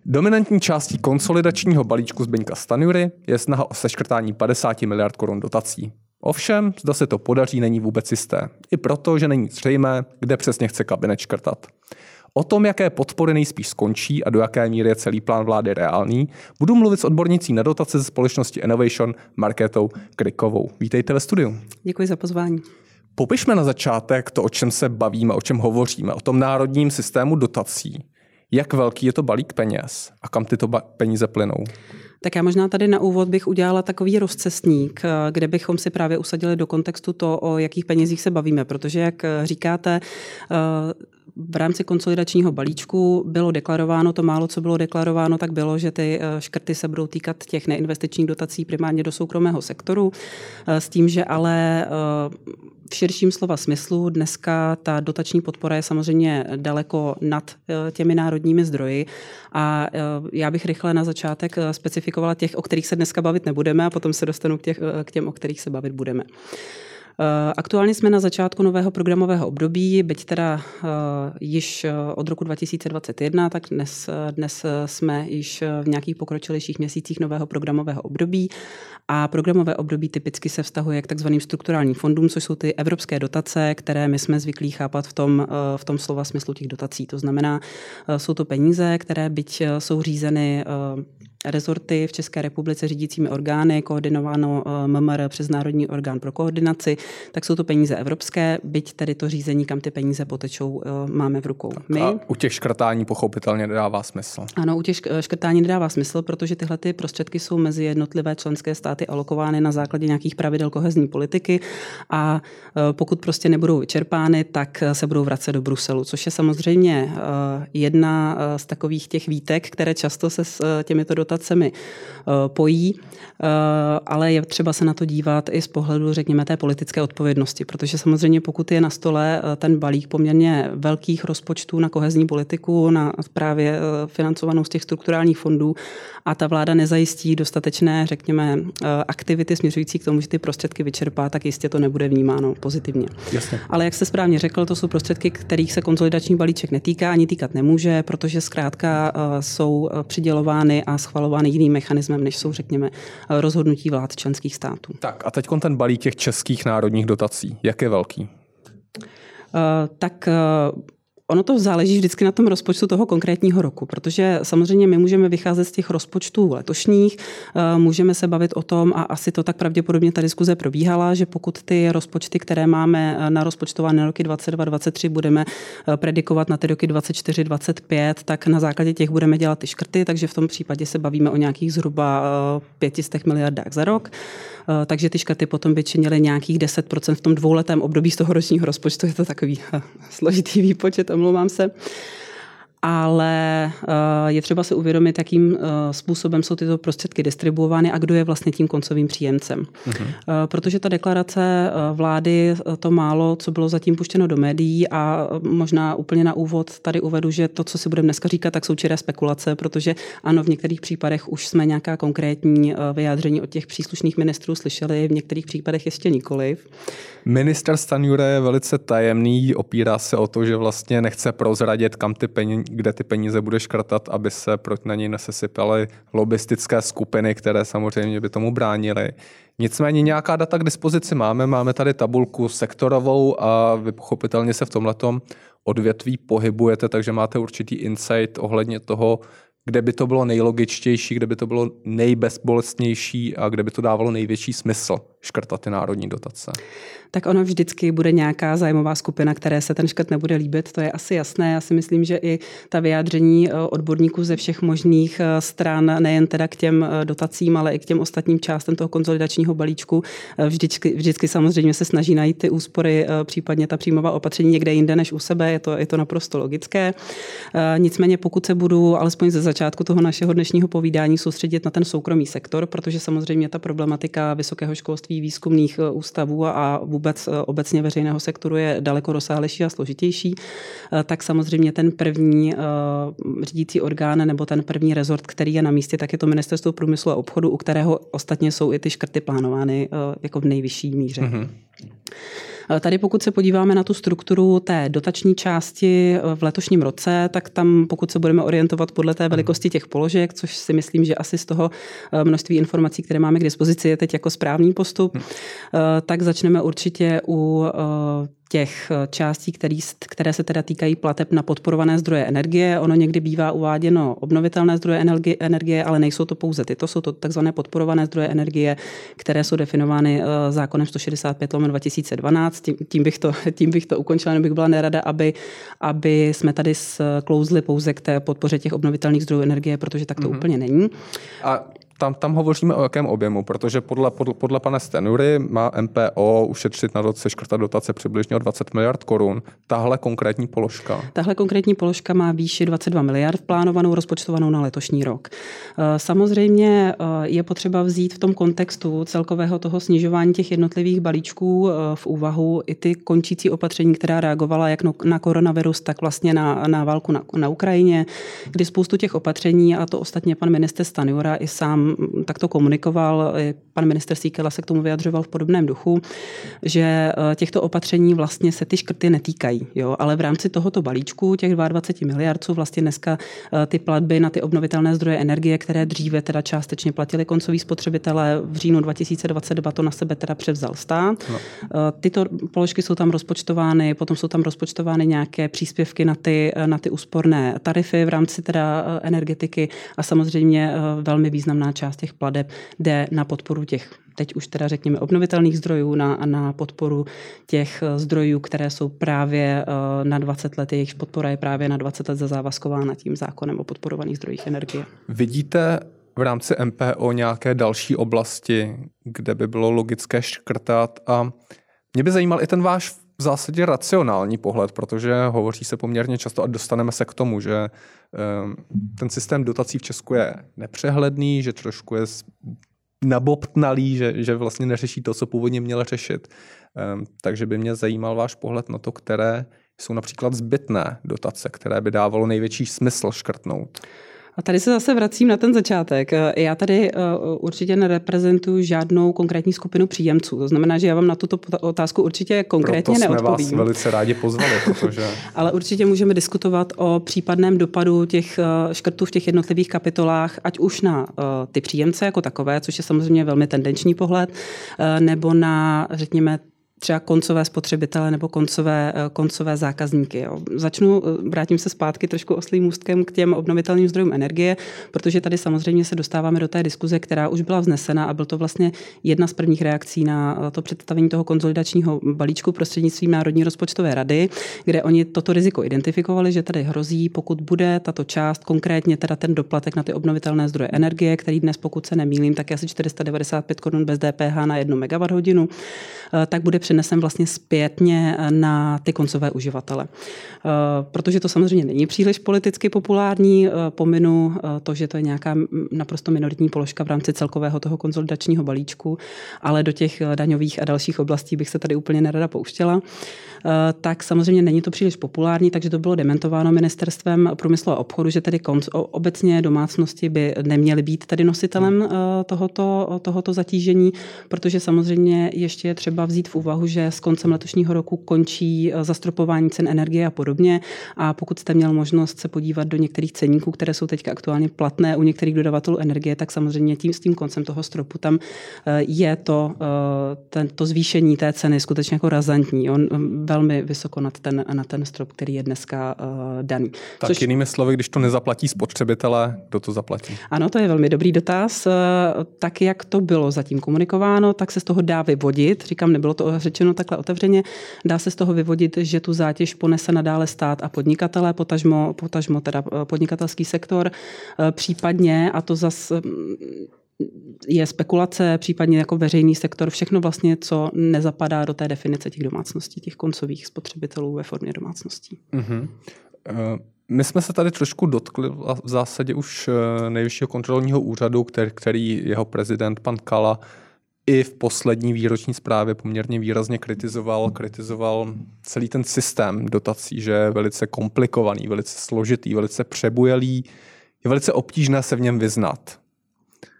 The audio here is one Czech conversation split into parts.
Dominantní částí konsolidačního balíčku Zbyňka Stanjury je snaha o seškrtání 50 miliard korun dotací. Ovšem, zda se to podaří, není vůbec jisté. I proto, že není zřejmé, kde přesně chce kabinet škrtat. O tom, jaké podpory nejspíš skončí a do jaké míry je celý plán vlády reálný, budu mluvit s odbornicí na dotace ze společnosti Innovation Markétou Krikovou. Vítejte ve studiu. Děkuji za pozvání. Popišme na začátek to, o čem se bavíme, o čem hovoříme, o tom národním systému dotací. Jak velký je to balík peněz a kam tyto peníze plynou? Tak já možná tady na úvod bych udělala takový rozcestník, kde bychom si právě usadili do kontextu to, o jakých penězích se bavíme, protože jak říkáte, v rámci konsolidačního balíčku bylo deklarováno, to málo, co bylo deklarováno, tak bylo, že ty škrty se budou týkat těch neinvestičních dotací primárně do soukromého sektoru, s tím, že ale v širším slova smyslu dneska ta dotační podpora je samozřejmě daleko nad těmi národními zdroji a já bych rychle na začátek specifikovala těch, o kterých se dneska bavit nebudeme a potom se dostanu k těm, o kterých se bavit budeme. Aktuálně jsme na začátku nového programového období, byť teda již od roku 2021, tak dnes jsme již v nějakých pokročilejších měsících nového programového období a programové období typicky se vztahuje k takzvaným strukturálním fondům, což jsou ty evropské dotace, které my jsme zvyklí chápat v tom slova smyslu těch dotací. To znamená, jsou to peníze, které byť jsou řízeny rezorty v České republice řídícími orgány, koordinováno MMR přes Národní orgán pro koordinaci, tak jsou to peníze evropské, byť tedy to řízení, kam ty peníze potečou, máme v rukou my. A u těch škrtání pochopitelně nedává smysl. Ano, u těch škrtání nedává smysl, protože tyhle ty prostředky jsou mezi jednotlivé členské státy alokovány na základě nějakých pravidel kohezní politiky a pokud prostě nebudou vyčerpány, tak se budou vracet do Bruselu, což je samozřejmě jedna z takových těch výtek, které často se s těmito dotacemi pojí, ale je třeba se na to dívat i z pohledu, řekněme, té politické odpovědnosti, protože samozřejmě pokud je na stole ten balík poměrně velkých rozpočtů na kohezní politiku, na právě financovanou z těch strukturálních fondů a ta vláda nezajistí dostatečné, řekněme, aktivity směřující k tomu, že ty prostředky vyčerpá, tak jistě to nebude vnímáno pozitivně. Jasně. Ale jak jste správně řekl, to jsou prostředky, kterých se konsolidační balíček netýká, ani týkat nemůže, protože zkrátka jsou přidělovány a schvalovány jiným mechanismem, než jsou, řekněme, rozhodnutí vlád členských států. Tak a teď ten balík těch českých národních dotací, jak je velký? Ono to záleží vždycky na tom rozpočtu toho konkrétního roku, protože samozřejmě my můžeme vycházet z těch rozpočtů letošních, můžeme se bavit o tom, a asi to tak pravděpodobně ta diskuze probíhala, že pokud ty rozpočty, které máme na rozpočtované roky 22-23, budeme predikovat na ty roky 24-25, tak na základě těch budeme dělat ty škrty, takže v tom případě se bavíme o nějakých zhruba 500 miliardách za rok. Takže ty škrty potom by činily nějakých 10% v tom dvouletém období z toho ročního rozpočtu. Je to takový složitý výpočet, omlouvám se. Ale je třeba si uvědomit, jakým způsobem jsou tyto prostředky distribuovány a kdo je vlastně tím koncovým příjemcem. Protože ta deklarace vlády, to málo, co bylo zatím puštěno do médií a možná úplně na úvod tady uvedu, že to, co si budeme dneska říkat, tak jsou čiré spekulace, protože ano, v některých případech už jsme nějaká konkrétní vyjádření od těch příslušných ministrů slyšeli, v některých případech ještě nikoliv. Ministr Stanjura je velice tajemný, opírá se o to, že vlastně nechce prozradit, kde ty peníze bude škrtat, aby se proti na něj nesesypaly lobistické skupiny, které samozřejmě by tomu bránily. Nicméně nějaká data k dispozici máme tady tabulku sektorovou a vy pochopitelně se v tomhletom odvětví pohybujete, takže máte určitý insight ohledně toho, kde by to bylo nejlogičtější, kde by to bylo nejbezbolestnější a kde by to dávalo největší smysl škrtat ty národní dotace. Tak ono vždycky bude nějaká zájmová skupina, které se ten škrt nebude líbit, to je asi jasné. Já si myslím, že i ta vyjádření odborníků ze všech možných stran, nejen teda k těm dotacím, ale i k těm ostatním částem toho konsolidačního balíčku, vždycky samozřejmě se snaží najít ty úspory, případně ta příjmová opatření někde jinde než u sebe, je to naprosto logické. Nicméně pokud se budu alespoň ze začátku toho našeho dnešního povídání soustředit na ten soukromý sektor, protože samozřejmě ta problematika vysokého školství, výzkumných ústavů a vůbec obecně veřejného sektoru je daleko rozsáhlejší a složitější, tak samozřejmě ten první řídící orgán nebo ten první rezort, který je na místě, tak je to Ministerstvo průmyslu a obchodu, u kterého ostatně jsou i ty škrty plánovány jako v nejvyšší míře. Mm-hmm. Tady pokud se podíváme na tu strukturu té dotační části v letošním roce, tak tam pokud se budeme orientovat podle té velikosti těch položek, což si myslím, že asi z toho množství informací, které máme k dispozici, je teď jako správný postup, tak začneme určitě u těch částí, které se teda týkají plateb na podporované zdroje energie. Ono někdy bývá uváděno obnovitelné zdroje energie, ale nejsou to pouze ty. To jsou to takzvané podporované zdroje energie, které jsou definovány zákonem 165/2012. Tím bych to ukončila, bych byla nerada, aby jsme tady sklouzli pouze k té podpoře těch obnovitelných zdrojů energie, protože tak to úplně není. A tam hovoříme o jakém objemu, protože podle pana Stanjury má MPO ušetřit na seškrtat dotace přibližně o 20 miliard korun. Tahle konkrétní položka má výši 22 miliard plánovanou, rozpočtovanou na letošní rok. Samozřejmě je potřeba vzít v tom kontextu celkového toho snižování těch jednotlivých balíčků v úvahu i ty končící opatření, která reagovala jak na koronavirus, tak vlastně na válku na Ukrajině, kdy spoustu těch opatření, a to ostatně pan ministr Stanjura i sám takto komunikoval, pan ministr Síkela se k tomu vyjadřoval v podobném duchu, že těchto opatření vlastně se ty škrty netýkají. Jo? Ale v rámci tohoto balíčku, těch 22 miliard, jsou vlastně dneska ty platby na ty obnovitelné zdroje energie, které dříve teda částečně platili koncoví spotřebitelé. V říjnu 2022 to na sebe teda převzal stát. No. Tyto položky jsou tam rozpočtovány, potom jsou tam rozpočtovány nějaké příspěvky na ty úsporné tarify v rámci teda energetiky a samozřejmě velmi významná část těch plateb jde na podporu těch, teď už teda řekněme, obnovitelných zdrojů, na podporu těch zdrojů, které jsou právě na 20 let, jejich podpora je právě na 20 let zazávazkována tím zákonem o podporovaných zdrojích energie. Vidíte v rámci MPO nějaké další oblasti, kde by bylo logické škrtat? A mě by zajímal i ten váš v zásadě racionální pohled, protože hovoří se poměrně často a dostaneme se k tomu, že ten systém dotací v Česku je nepřehledný, že trošku je nabobtnalý, že vlastně neřeší to, co původně měl řešit. Takže by mě zajímal váš pohled na to, které jsou například zbytné dotace, které by dávalo největší smysl škrtnout. A tady se zase vracím na ten začátek. Já tady určitě nereprezentuji žádnou konkrétní skupinu příjemců. To znamená, že já vám na tuto otázku určitě konkrétně neodpovím. Proto jsme vás velice rádi pozvali, protože... Ale určitě můžeme diskutovat o případném dopadu těch škrtů v těch jednotlivých kapitolách, ať už na ty příjemce jako takové, což je samozřejmě velmi tendenční pohled, nebo na, řekněme, třeba koncové spotřebitele nebo koncové zákazníky. Jo. Vrátím se zpátky trošku oslým můstkem k těm obnovitelným zdrojům energie, protože tady samozřejmě se dostáváme do té diskuze, která už byla vznesena a byl to vlastně jedna z prvních reakcí na to představení toho konsolidačního balíčku prostřednictvím Národní rozpočtové rady, kde oni toto riziko identifikovali, že tady hrozí, pokud bude tato část, konkrétně teda ten doplatek na ty obnovitelné zdroje energie, který dnes, pokud se nemýlím, tak je asi 495 korun bez DPH na 1 MWh, tak bude přenesen vlastně zpětně na ty koncové uživatele. Protože to samozřejmě není příliš politicky populární, pominu to, že to je nějaká naprosto minoritní položka v rámci celkového toho konsolidačního balíčku, ale do těch daňových a dalších oblastí bych se tady úplně nerada pouštěla. Tak samozřejmě není to příliš populární, takže to bylo dementováno ministerstvem průmyslu a obchodu, že tedy obecně domácnosti by neměly být tady nositelem tohoto zatížení, protože samozřejmě ještě je třeba vzít v úvahu, že s koncem letošního roku končí zastropování cen energie a podobně. A pokud jste měl možnost se podívat do některých ceníků, které jsou teď aktuálně platné u některých dodavatelů energie, tak samozřejmě s tím koncem toho stropu tam je to zvýšení té ceny skutečně jako razantní. On velmi vysoko nad ten strop, který je dneska daný. Tak jinými slovy, když to nezaplatí spotřebitelé, kdo to zaplatí? Ano, to je velmi dobrý dotaz. Tak, jak to bylo zatím komunikováno, tak se z toho dá vyvodit. Říkám, nebylo to řečeno takhle otevřeně. Dá se z toho vyvodit, že tu zátěž ponese nadále stát a podnikatelé, potažmo teda podnikatelský sektor, případně, a to zase je spekulace, případně jako veřejný sektor, všechno vlastně, co nezapadá do té definice těch domácností, těch koncových spotřebitelů ve formě domácností. Mm-hmm. My jsme se tady trošku dotkli v zásadě už Nejvyššího kontrolního úřadu, který jeho prezident pan Kala i v poslední výroční zprávě poměrně výrazně kritizoval celý ten systém dotací, že je velice komplikovaný, velice složitý, velice přebujelý, je velice obtížné se v něm vyznat.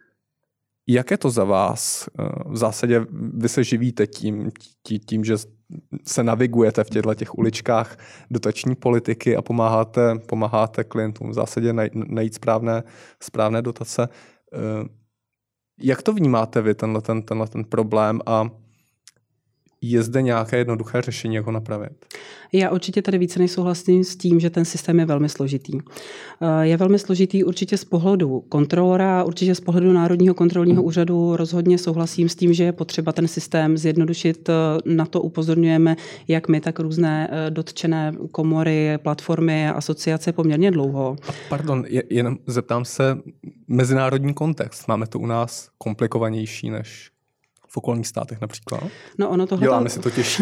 Jak je to za vás? V zásadě vy se živíte tím, že se navigujete v těch uličkách dotační politiky a pomáháte klientům v zásadě najít správné dotace. Jak to vnímáte vy, tenhle problém, a je zde nějaké jednoduché řešení, jak ho napravit? Já určitě tady více než souhlasím s tím, že ten systém je velmi složitý. Je velmi složitý určitě z pohledu kontrolora, určitě z pohledu Národního kontrolního úřadu rozhodně souhlasím s tím, že je potřeba ten systém zjednodušit. Na to upozorňujeme jak my, tak různé dotčené komory, platformy, asociace poměrně dlouho. Pardon, jenom zeptám se, mezinárodní kontext. Máme to u nás komplikovanější než v okolních státech například? No, ono tohle... Děláme si to těžší.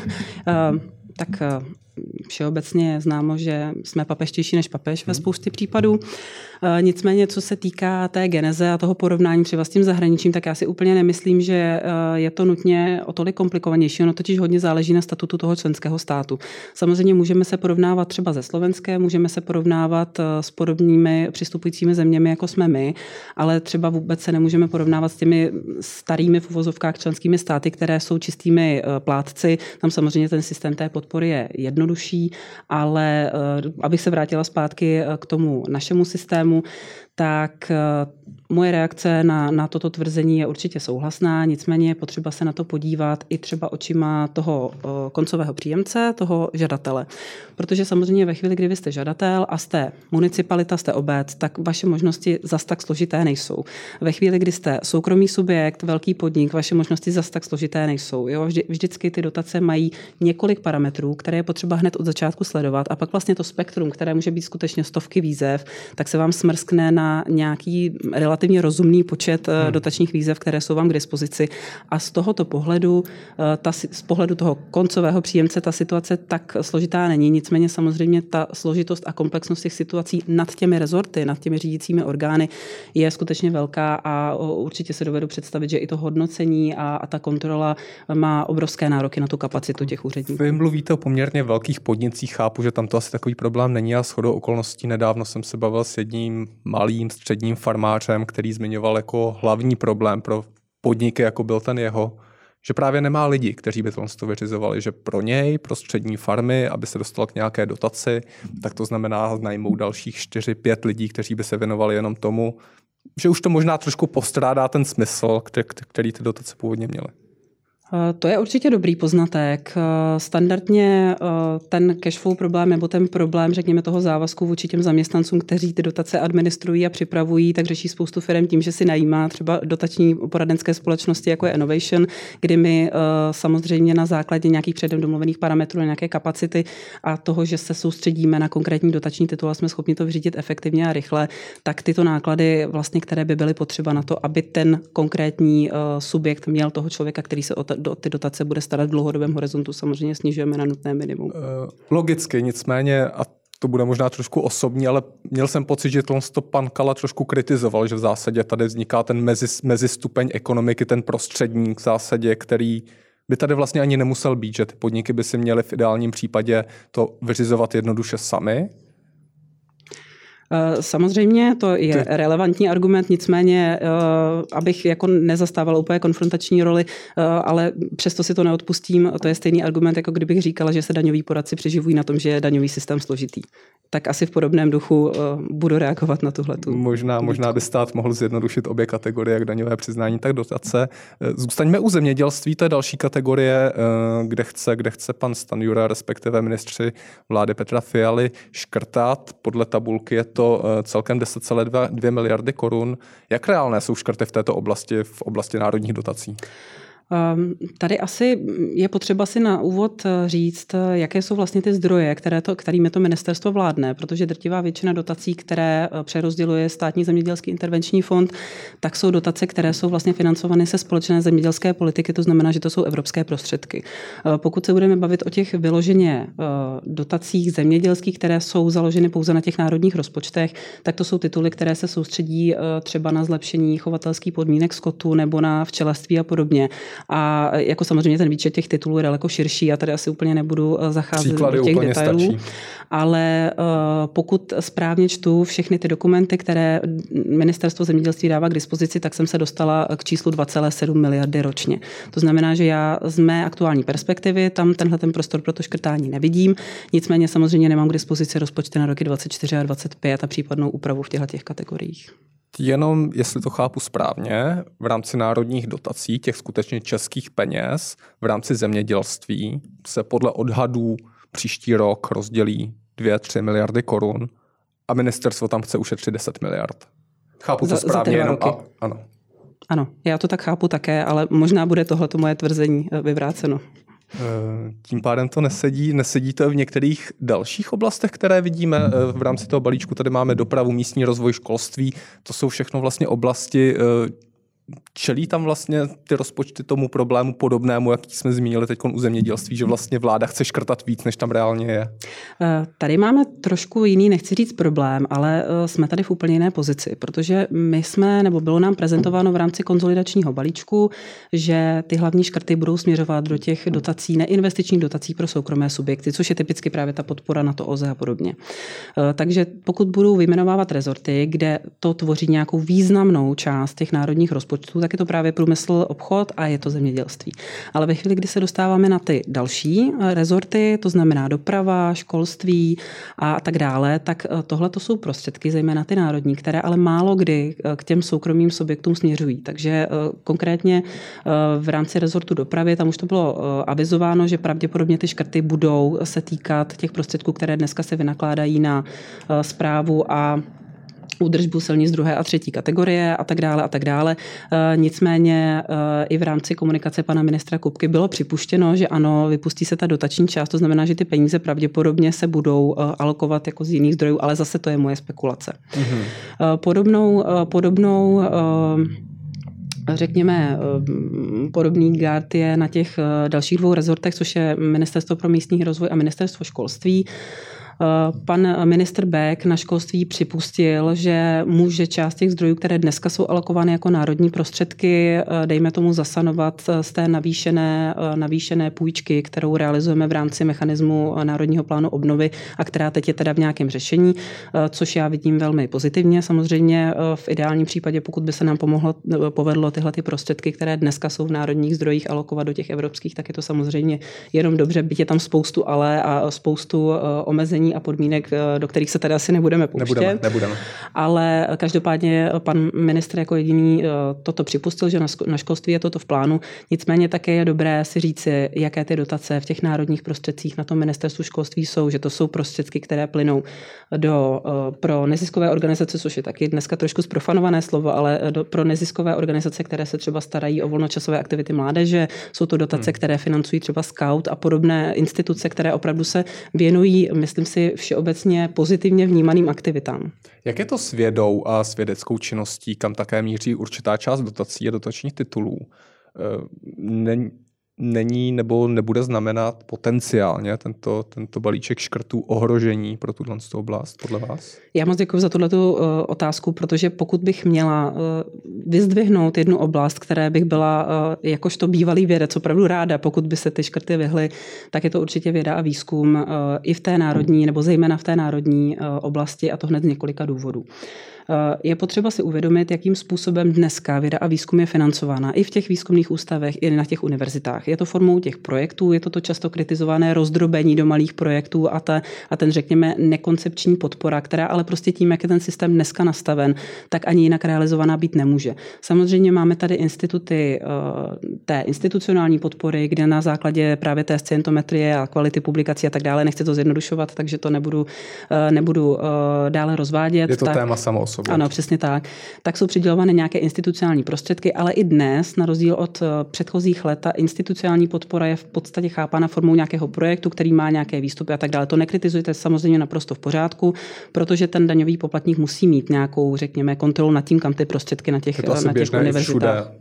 Tak všeobecně je známo, že jsme papeštější než papež ve spoustě případů. Nicméně, co se týká té geneze a toho porovnání třeba s tím zahraničím, tak já si úplně nemyslím, že je to nutně o tolik komplikovanější. Ono totiž hodně záleží na statutu toho členského státu. Samozřejmě můžeme se porovnávat třeba ze Slovenskem, můžeme se porovnávat s podobnými přistupujícími zeměmi, jako jsme my, ale třeba vůbec se nemůžeme porovnávat s těmi starými v uvozovkách členskými státy, které jsou čistými plátci. Tam samozřejmě ten systém té podpory je jednodušší, ale abych se vrátila zpátky k tomu našemu systému, tak moje reakce na toto tvrzení je určitě souhlasná, nicméně je potřeba se na to podívat i třeba očima toho koncového příjemce, toho žadatele. Protože samozřejmě ve chvíli, kdy vy jste žadatel a jste municipalita, jste obec, tak vaše možnosti zas tak složité nejsou. Ve chvíli, kdy jste soukromý subjekt, velký podnik, vaše možnosti zas tak složité nejsou. Jo? Vždycky ty dotace mají několik parametrů, které je potřeba hned od začátku sledovat, a pak vlastně to spektrum, které může být skutečně stovky výzev, tak se vám smrskne na nějaký relativně rozumný počet dotačních výzev, které jsou vám k dispozici. A z tohoto pohledu, z pohledu toho koncového příjemce, ta situace tak složitá není. Nicméně samozřejmě ta složitost a komplexnost těch situací nad těmi rezorty, nad těmi řídícími orgány je skutečně velká a určitě se dovedu představit, že i to hodnocení a ta kontrola má obrovské nároky na tu kapacitu těch úředníků. Vy mluvíte o poměrně velkých podnicích, chápu, že tam to asi takový problém není, a shodou okolností nedávno jsem se bavil s jedním malým středním farmářem, který zmiňoval jako hlavní problém pro podniky, jako byl ten jeho, že právě nemá lidi, kteří by to vyřizovali, že pro něj, pro střední farmy, aby se dostal k nějaké dotaci, tak to znamená najmout dalších 4-5 lidí, kteří by se věnovali jenom tomu, že už to možná trošku postrádá ten smysl, který ty dotace původně měly. To je určitě dobrý poznatek. Standardně ten cashflow problém nebo ten problém, řekněme, toho závazku vůči těm zaměstnancům, kteří ty dotace administrují a připravují, tak řeší spoustu firm tím, že si najímá třeba dotační poradenské společnosti, jako je Innovation, kdy my samozřejmě na základě nějakých předem domluvených parametrů, nějaké kapacity a toho, že se soustředíme na konkrétní dotační titul a jsme schopni to vyřídit efektivně a rychle, tak tyto náklady, vlastně, které by byly potřeba na to, aby ten konkrétní subjekt měl toho člověka, který se o ty dotace bude starat v dlouhodobém horizontu, samozřejmě snižujeme na nutné minimum. Logicky, nicméně, a to bude možná trošku osobní, ale měl jsem pocit, že to pan Kala trošku kritizoval, že v zásadě tady vzniká ten mezistupeň ekonomiky, ten prostředník v zásadě, který by tady vlastně ani nemusel být, že ty podniky by si měly v ideálním případě to vyřizovat jednoduše sami. Samozřejmě to je relevantní argument, nicméně abych jako nezastávala úplně konfrontační roli, ale přesto si to neodpustím, to je stejný argument, jako kdybych říkala, že se daňoví poradci přeživují na tom, že je daňový systém složitý. Tak asi v podobném duchu budu reagovat na tuhletu. Možná by stát mohl zjednodušit obě kategorie, jak daňové přiznání, tak dotace. Zůstaňme u zemědělství, to je další kategorie, kde chce pan Stanjura, respektive ministři vlády Petra Fialy, škrtat. Podle tabulky je to celkem 10,2 miliardy korun. Jak reálné jsou škrty v této oblasti, v oblasti národních dotací? Tady asi je potřeba si na úvod říct, jaké jsou vlastně ty zdroje, kterými to ministerstvo vládne, protože drtivá většina dotací, které přerozděluje Státní zemědělský intervenční fond, tak jsou dotace, které jsou vlastně financovány se společné zemědělské politiky, to znamená, že to jsou evropské prostředky. Pokud se budeme bavit o těch vyloženě dotacích zemědělských, které jsou založeny pouze na těch národních rozpočtech, tak to jsou tituly, které se soustředí třeba na zlepšení chovatelských podmínek skotu nebo na včelařství a podobně. A jako samozřejmě ten výčet těch titulů je daleko širší, já tady asi úplně nebudu zacházet do těch detailů, stačí. Ale pokud správně čtu všechny ty dokumenty, které Ministerstvo zemědělství dává k dispozici, tak jsem se dostala k číslu 2,7 miliardy ročně. To znamená, že já z mé aktuální perspektivy tam tenhle ten prostor pro to škrtání nevidím. Nicméně samozřejmě nemám k dispozici rozpočty na roky 24 a 25 a případnou úpravu v těchto kategoriích. Jenom, jestli to chápu správně, v rámci národních dotací, těch skutečně českých peněz, v rámci zemědělství se podle odhadů příští rok rozdělí 2-3 miliardy korun a ministerstvo tam chce ušetřit 10 miliard. Chápu to správně jenom ano. Ano, já to tak chápu také, ale možná bude tohleto moje tvrzení vyvráceno. Tím pádem to nesedí to v některých dalších oblastech, které vidíme v rámci toho balíčku. Tady máme dopravu, místní rozvoj, školství. To jsou všechno vlastně oblasti, čelí tam vlastně ty rozpočty tomu problému podobnému, jaký jsme zmínili teď u zemědělství, že vlastně vláda chce škrtat víc, než tam reálně je? Tady máme trošku jiný, nechci říct problém, ale jsme tady v úplně jiné pozici, protože bylo nám prezentováno v rámci konsolidačního balíčku, že ty hlavní škrty budou směřovat do těch dotací, neinvestičních dotací pro soukromé subjekty, což je typicky právě ta podpora na to OZE a podobně. Takže pokud budou vyjmenovávat rezorty, kde to tvoří nějakou významnou část těch národních rozpočtů, tak je to právě průmysl, obchod a je to zemědělství. Ale ve chvíli, kdy se dostáváme na ty další rezorty, to znamená doprava, školství a tak dále, tak tohle to jsou prostředky, zejména ty národní, které ale málo kdy k těm soukromým subjektům směřují. Takže konkrétně v rámci rezortu dopravy, tam už to bylo avizováno, že pravděpodobně ty škrty budou se týkat těch prostředků, které dneska se vynakládají na správu a údržbu silnic 2. a 3. kategorie a tak dále a tak dále. Nicméně i v rámci komunikace pana ministra Kupky bylo připuštěno, že ano, vypustí se ta dotační část, to znamená, že ty peníze pravděpodobně se budou alokovat jako z jiných zdrojů, ale zase to je moje spekulace. Podobnou řekněme, podobný gard je na těch dalších 2 rezortech, což je Ministerstvo pro místní rozvoj a Ministerstvo školství. Pan ministr Bek na školství připustil, že může část těch zdrojů, které dneska jsou alokovány jako národní prostředky, dejme tomu zasanovat z té navýšené půjčky, kterou realizujeme v rámci mechanismu Národního plánu obnovy a která teď je teda v nějakém řešení, což já vidím velmi pozitivně. Samozřejmě v ideálním případě, pokud by se nám povedlo tyhle ty prostředky, které dneska jsou v národních zdrojích, alokovat do těch evropských, tak je to samozřejmě jenom dobře, byť je tam spoustu ale a spoustu omezení a podmínek, do kterých se tady asi nebudeme pouštět. Nebudeme. Ale každopádně pan ministr jako jediný toto připustil, že na školství je toto v plánu. Nicméně také je dobré si říci, jaké ty dotace v těch národních prostředcích na tom ministerstvu školství jsou, že to jsou prostředky, které plynou pro neziskové organizace, což je taky dneska trošku zprofanované slovo, ale pro neziskové organizace, které se třeba starají o volnočasové aktivity mládeže, jsou to dotace, které financují třeba Scout a podobné instituce, které opravdu se věnují, myslím si, všeobecně pozitivně vnímaným aktivitám. Jak je to s vědou a s vědeckou činností, kam také míří určitá část dotací a dotačních titulů? Není nebo nebude znamenat potenciálně tento balíček škrtů ohrožení pro tuhle oblast podle vás? Já moc děkuji za tuhletu otázku, protože pokud bych měla vyzdvihnout jednu oblast, které bych byla jakožto bývalý vědec opravdu ráda, pokud by se ty škrty vyhly, tak je to určitě věda a výzkum i v té národní, nebo zejména v té národní oblasti, a to hned z několika důvodů. Je potřeba si uvědomit, jakým způsobem dneska věda a výzkum je financována i v těch výzkumných ústavech, i na těch univerzitách. Je to formou těch projektů, je to často kritizované rozdrobení do malých projektů a ten, řekněme, nekoncepční podpora, která ale prostě tím, jak je ten systém dneska nastaven, tak ani jinak realizovaná být nemůže. Samozřejmě máme tady instituty té institucionální podpory, kde na základě právě té scientometrie a kvality publikací a tak dále, nechci to zjednodušovat, takže to nebudu dále rozvádět. Je to téma samo o sobě. Ano, přesně tak. Tak jsou přidělovány nějaké institucionální prostředky, ale i dnes, na rozdíl od předchozích let, ta institucionální podpora je v podstatě chápána formou nějakého projektu, který má nějaké výstupy a tak dále. To nekritizujete, samozřejmě naprosto v pořádku, protože ten daňový poplatník musí mít nějakou, řekněme, kontrolu nad tím, kam ty prostředky na těch univerzitách.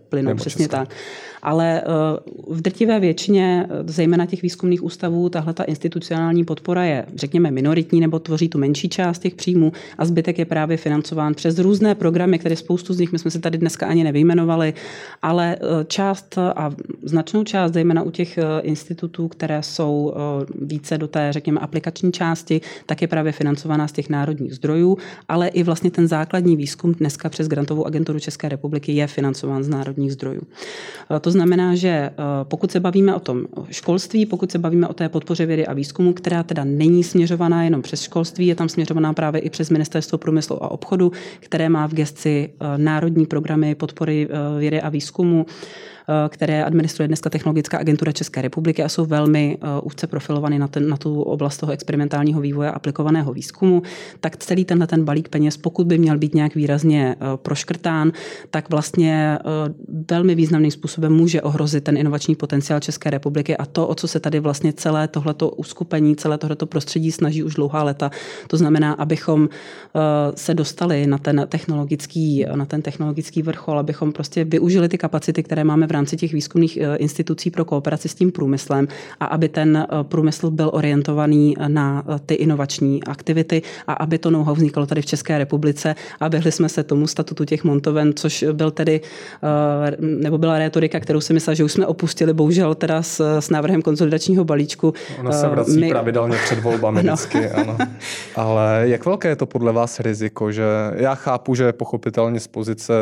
plynou, přesně tak. Ale v drtivé většině, zejména těch výzkumných ústavů, tahle ta institucionální podpora je, řekněme, minoritní nebo tvoří tu menší část těch příjmů a zbytek je právě financován přes různé programy, které spoustu z nich my jsme si tady dneska ani nevyjmenovali, ale část a značnou část, zejména u těch institutů, které jsou více do té, řekněme, aplikační části, tak je právě financovaná z těch národních zdrojů, ale i vlastně ten základní výzkum dneska přes Grantovou agenturu České republiky je financován z národních zdrojů. To znamená, že pokud se bavíme o tom školství, pokud se bavíme o té podpoře vědy a výzkumu, která teda není směřovaná jenom přes školství, je tam směřovaná právě i přes Ministerstvo průmyslu a obchodu, které má v gesci národní programy podpory vědy a výzkumu, které administruje dneska Technologická agentura České republiky a jsou velmi úzce profilovaný na tu oblast toho experimentálního vývoje a aplikovaného výzkumu, tak celý ten balík peněz, pokud by měl být nějak výrazně proškrtán, tak vlastně velmi významným způsobem může ohrozit ten inovační potenciál České republiky a to, o co se tady vlastně celé tohleto uskupení, celé tohleto prostředí snaží už dlouhá léta. To znamená, abychom se dostali na ten technologický vrchol, abychom prostě využili ty kapacity, které máme v rámci těch výzkumných institucí pro kooperaci s tím průmyslem a aby ten průmysl byl orientovaný na ty inovační aktivity a aby to know-how vznikalo tady v České republice a vyhli jsme se tomu statutu těch montoven, což byl tedy, nebo byla rétorika, kterou si myslela, že už jsme opustili, bohužel teda s návrhem konsolidačního balíčku. Ona se vrací pravidelně před volbami vždycky, ano. Ale jak velké je to podle vás riziko, že já chápu, že pochopitelně z pozice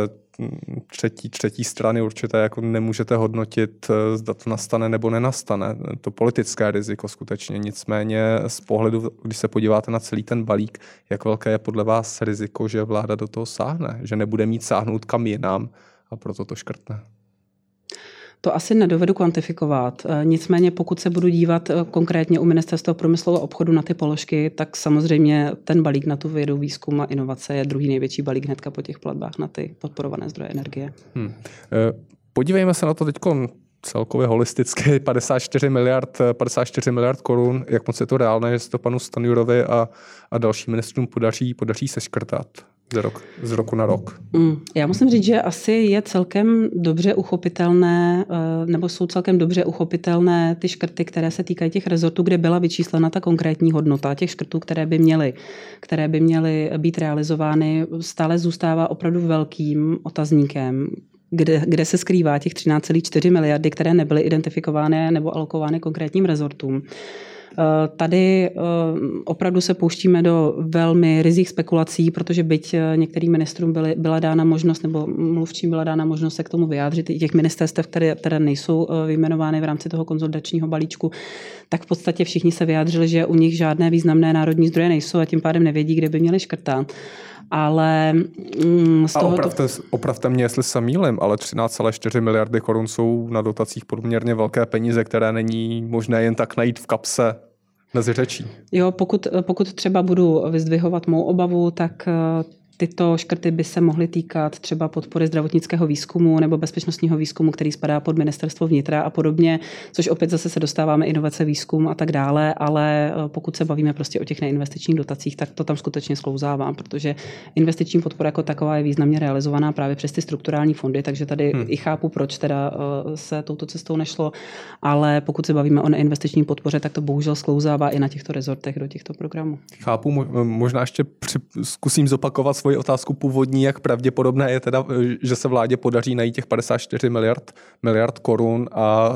třetí strany určitě jako nemůžete hodnotit, zda to nastane nebo nenastane. To politické riziko skutečně. Nicméně z pohledu, když se podíváte na celý ten balík, jak velké je podle vás riziko, že vláda do toho sáhne, že nebude mít sáhnout kam jinam a proto to škrtne? To asi nedovedu kvantifikovat. Nicméně pokud se budu dívat konkrétně u Ministerstva průmyslu a obchodu na ty položky, tak samozřejmě ten balík na tu vědu, výzkum a inovace je druhý největší balík hnedka po těch platbách na ty podporované zdroje energie. Podívejme se na to teď celkově holisticky. 54 miliard korun. Jak moc je to reálné, že se to panu Stanjurovi a dalším ministrům podaří seškrtat z roku na rok? Já musím říct, že asi je celkem dobře uchopitelné, nebo jsou celkem dobře uchopitelné ty škrty, které se týkají těch rezortů, kde byla vyčíslena ta konkrétní hodnota těch škrtů, které by měly být realizovány, stále zůstává opravdu velkým otazníkem, kde se skrývá těch 13,4 miliardy, které nebyly identifikovány nebo alokovány konkrétním rezortům. Tady opravdu se pouštíme do velmi rizích spekulací, protože byť některým ministrům byla dána možnost, nebo mluvčím byla dána možnost se k tomu vyjádřit, i těch ministerstev, které nejsou vyjmenovány v rámci toho konsolidačního balíčku, tak v podstatě všichni se vyjádřili, že u nich žádné významné národní zdroje nejsou a tím pádem nevědí, kde by měli škrtat. Ale z toho opravte mě, jestli se mýlím, ale 13,4 miliardy korun jsou na dotacích poměrně velké peníze, které není možné jen tak najít v kapse mezi řečí. Jo, pokud třeba budu vyzdvihovat mou obavu, tak tyto škrty by se mohly týkat třeba podpory zdravotnického výzkumu nebo bezpečnostního výzkumu, který spadá pod Ministerstvo vnitra a podobně, což opět zase se dostáváme inovace, výzkum a tak dále, ale pokud se bavíme prostě o těch neinvestičních dotacích, tak to tam skutečně sklouzává, protože investiční podpora jako taková je významně realizovaná právě přes ty strukturální fondy, takže tady i chápu, proč teda se touto cestou nešlo, ale pokud se bavíme o neinvestiční podpoře, tak to bohužel sklouzává i na těchto rezortech do těchto programů. Chápu, možná ještě zkusím zopakovat svoji otázku původní, jak pravděpodobné je teda, že se vládě podaří najít těch 54 miliard korun a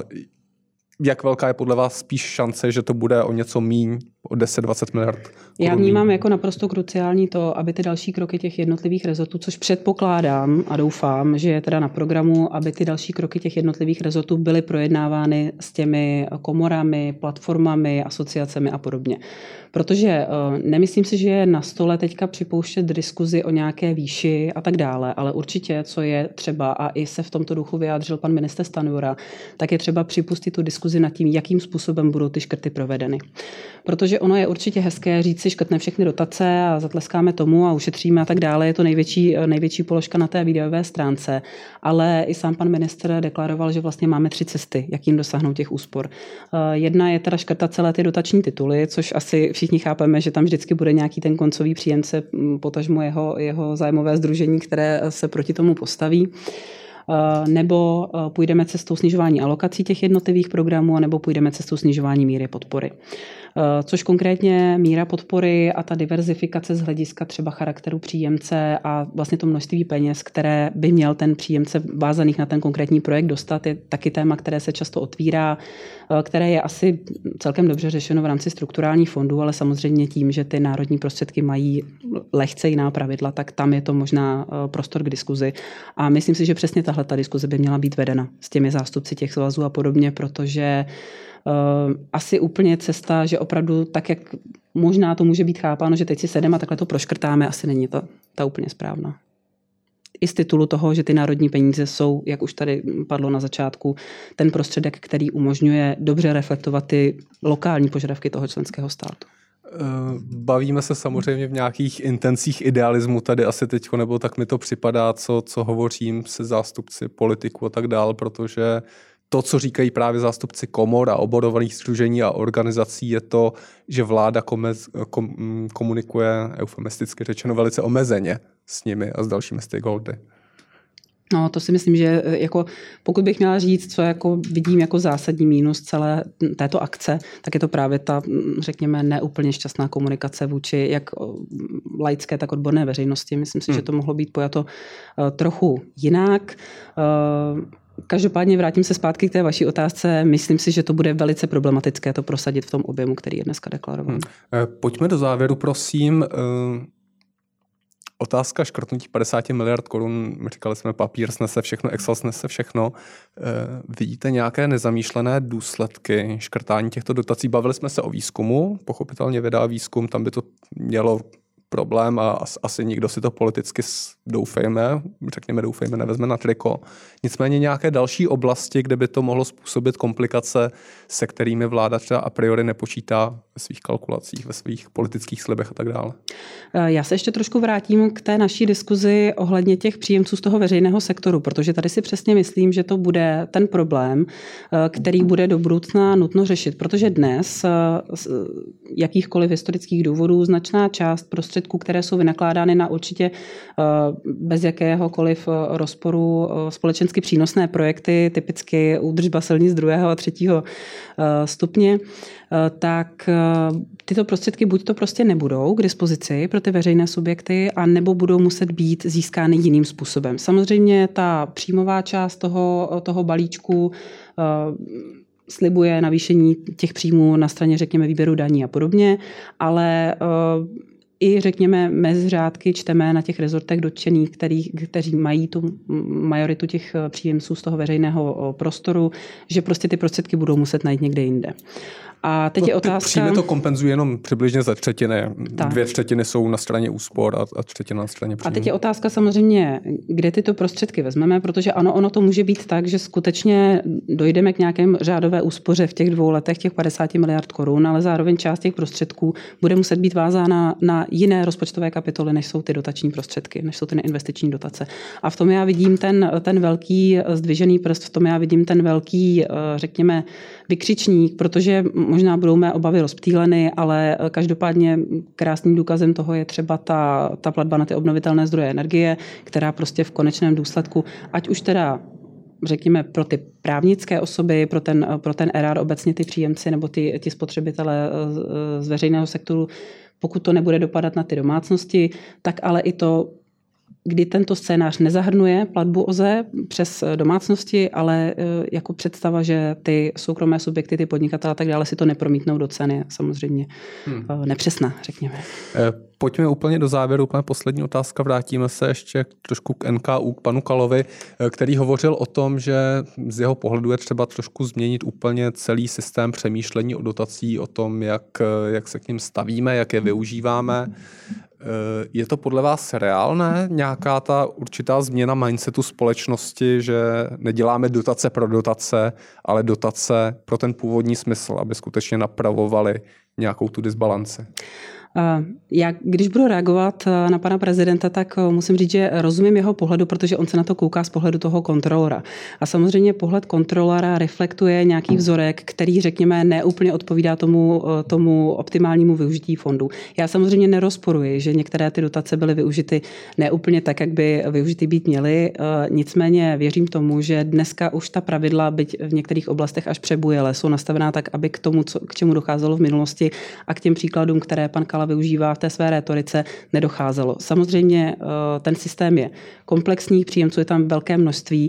jak velká je podle vás spíš šance, že to bude o něco míň, o 10-20 miliard korun? Já vnímám jako naprosto kruciální to, aby ty další kroky těch jednotlivých rezortů, což předpokládám a doufám, že je teda na programu, aby ty další kroky těch jednotlivých rezortů byly projednávány s těmi komorami, platformami, asociacemi a podobně. Protože nemyslím si, že je na stole teďka připouštět diskuzi o nějaké výši a tak dále, ale určitě, co je třeba, a i se v tomto duchu vyjádřil pan ministr Stanjura, tak je třeba připustit tu diskuzi nad tím, jakým způsobem budou ty škrty provedeny. Protože ono je určitě hezké říct si, škrtne všechny dotace a zatleskáme tomu a ušetříme a tak dále. Je to největší položka na té výdajové stránce. Ale i sám pan ministr deklaroval, že vlastně máme 3 cesty, jakým dosáhnout těch úspor. Jedna je teda škrtat celé ty dotační tituly, což asi všichni chápeme, že tam vždycky bude nějaký ten koncový příjemce, potažmo jeho zájmové sdružení, které se proti tomu postaví. nebo půjdeme cestou snižování alokací těch jednotlivých programů, nebo půjdeme cestou snižování míry podpory. Což konkrétně míra podpory a ta diverzifikace z hlediska třeba charakteru příjemce a vlastně to množství peněz, které by měl ten příjemce vázaných na ten konkrétní projekt dostat, je taky téma, které se často otvírá, které je asi celkem dobře řešeno v rámci strukturálních fondů, ale samozřejmě tím, že ty národní prostředky mají lehce jiná pravidla, tak tam je to možná prostor k diskuzi. A myslím si, že přesně tahle ta diskuze by měla být vedena s těmi zástupci těch svazů a podobně, protože asi úplně cesta, že opravdu tak, jak možná to může být chápáno, že teď si sedeme a takhle to proškrtáme, asi není to ta úplně správná. I z titulu toho, že ty národní peníze jsou, jak už tady padlo na začátku, ten prostředek, který umožňuje dobře reflektovat ty lokální požadavky toho členského státu. Bavíme se samozřejmě v nějakých intencích idealismu tady asi teďko, nebo tak mi to připadá, co hovořím se zástupci politiků a tak dál, protože to, co říkají právě zástupci komor a oborových sdružení a organizací, je to, že vláda komunikuje, eufemisticky řečeno, velice omezeně s nimi a s dalšími stakeholdery. No, to si myslím, že jako, pokud bych měla říct, co jako vidím jako zásadní mínus celé této akce, tak je to právě ta, řekněme, neúplně šťastná komunikace vůči jak laické, tak odborné veřejnosti. Myslím si, že to mohlo být pojato trochu jinak. Každopádně vrátím se zpátky k té vaší otázce. Myslím si, že to bude velice problematické to prosadit v tom objemu, který je dneska deklarován. Pojďme do závěru, prosím. Otázka škrtnutí 50 miliard korun, říkali jsme, papír snese všechno, Excel snese všechno. Vidíte nějaké nezamýšlené důsledky škrtání těchto dotací? Bavili jsme se o výzkumu, pochopitelně věda a výzkum, tam by to mělo problém a asi nikdo si to politicky doufejme, nevezme na triko. Nicméně nějaké další oblasti, kde by to mohlo způsobit komplikace, se kterými vláda třeba a priori nepočítá ve svých kalkulacích, ve svých politických slibech a tak dále. Já se ještě trošku vrátím k té naší diskuzi ohledně těch příjemců z toho veřejného sektoru, protože tady si přesně myslím, že to bude ten problém, který bude do budoucna nutno řešit, protože dnes z jakýchkoliv historických důvodů značná část prostředků, které jsou vynakládány na určitě bez jakéhokoliv rozporu společensky přínosné projekty, typicky údržba silnic 2. a 3. stupně, tak tyto prostředky buď to prostě nebudou k dispozici pro ty veřejné subjekty, a nebo budou muset být získány jiným způsobem. Samozřejmě ta příjmová část toho balíčku slibuje navýšení těch příjmů na straně, řekněme, výběru daní a podobně, ale i, řekněme, mezi řádky čteme na těch rezortech dotčených, kteří mají tu majoritu těch příjemců z toho veřejného prostoru, že prostě ty prostředky budou muset najít někde jinde. A teď je otázka... Příjmy to kompenzuje jenom přibližně za třetiny. Tak. 2/3 jsou na straně úspor a třetina na straně příjmů. A teď je otázka samozřejmě, kde tyto prostředky vezmeme, protože ano, ono to může být tak, že skutečně dojdeme k nějakém řádové úspoře v těch 2 letech, těch 50 miliard korun, ale zároveň část těch prostředků bude muset být vázána na jiné rozpočtové kapitoly, než jsou ty dotační prostředky, než jsou ty neinvestiční dotace. A v tom já vidím ten velký zdvižený prst, v tom já vidím ten velký, řekněme, vykřičník, protože možná budou mé obavy rozptýleny, ale každopádně krásným důkazem toho je třeba ta platba na ty obnovitelné zdroje energie, která prostě v konečném důsledku, ať už teda řekněme pro ty právnické osoby, pro ten ERAR obecně ty příjemci nebo ty spotřebitelé z veřejného sektoru, pokud to nebude dopadat na ty domácnosti, tak ale i to, kdy tento scénář nezahrnuje platbu OZE přes domácnosti, ale jako představa, že ty soukromé subjekty, ty podnikatelé a tak dále si to nepromítnou do ceny, samozřejmě nepřesná, řekněme. Pojďme úplně do závěru, úplně poslední otázka. Vrátíme se ještě trošku k NKÚ, k panu Kalovi, který hovořil o tom, že z jeho pohledu je třeba trošku změnit úplně celý systém přemýšlení o dotací, o tom, jak se k ním stavíme, jak je využíváme. Je to podle vás reálné, nějaká ta určitá změna mindsetu společnosti, že neděláme dotace pro dotace, ale dotace pro ten původní smysl, aby skutečně napravovali nějakou tu disbalanci? Já, když budu reagovat na pana prezidenta, tak musím říct, že rozumím jeho pohledu, protože on se na to kouká z pohledu toho kontrolora. A samozřejmě pohled kontrolora reflektuje nějaký vzorek, který, řekněme, neúplně odpovídá tomu optimálnímu využití fondů. Já samozřejmě nerozporuji, že některé ty dotace byly využity neúplně tak, jak by využity být měly. Nicméně věřím tomu, že dneska už ta pravidla, byť v některých oblastech až přebujele, jsou nastavená tak, aby k tomu, k čemu docházelo v minulosti a k těm příkladům, které pan Kala využívá v té své rétorice, nedocházelo. Samozřejmě ten systém je komplexní, příjemců je tam velké množství,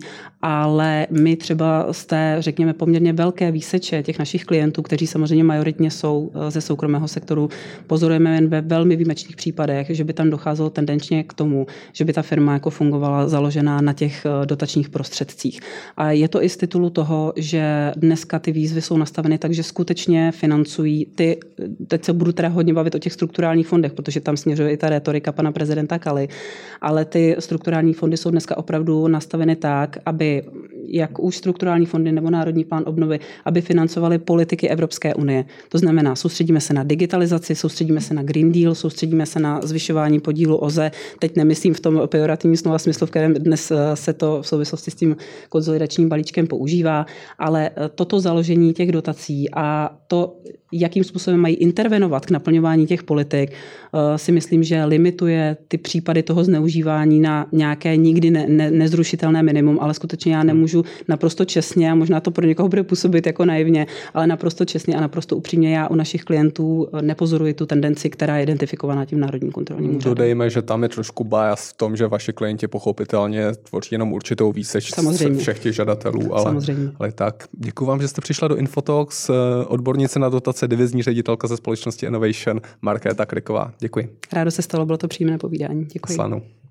ale my třeba z té, řekněme, poměrně velké výseče těch našich klientů, kteří samozřejmě majoritně jsou ze soukromého sektoru, pozorujeme jen ve velmi výjimečných případech, že by tam docházelo tendenčně k tomu, že by ta firma jako fungovala založená na těch dotačních prostředcích. A je to i z titulu toho, že dneska ty výzvy jsou nastaveny tak, že skutečně financují teď se budu teda hodně bavit o těch strukturálních fondech, protože tam směřuje i ta retorika pana prezidenta Kaly, ale ty strukturální fondy jsou dneska opravdu nastaveny tak, aby jak už strukturální fondy nebo Národní plán obnovy, aby financovaly politiky Evropské unie. To znamená, soustředíme se na digitalizaci, soustředíme se na Green Deal, soustředíme se na zvyšování podílu OZE. Teď nemyslím v tom pejorativním slova smyslu, v kterém dnes se to v souvislosti s tím konsolidačním balíčkem používá, ale toto založení těch dotací a to, jakým způsobem mají intervenovat k naplňování těch politik, si myslím, že limituje ty případy toho zneužívání na nějaké nikdy nezrušitelné minimum, ale skutečně já nemůžu naprosto čestně, a možná to pro někoho bude působit jako naivně, ale naprosto čestně a naprosto upřímně já u našich klientů nepozoruji tu tendenci, která je identifikovaná tím Národním kontrolním úřadem. Dodejme, že tam je trošku bias v tom, že vaši klienti pochopitelně tvoří jenom určitou výseč všech těch žadatelů, ale tak. Děkuji vám, že jste přišla do Infotalks, odbornice na dotace, divizní ředitelka ze společnosti Innovation Markéta Kriková. Děkuji. Rádo se stalo, bylo to příjemné povídání. Děkuji. Slanou.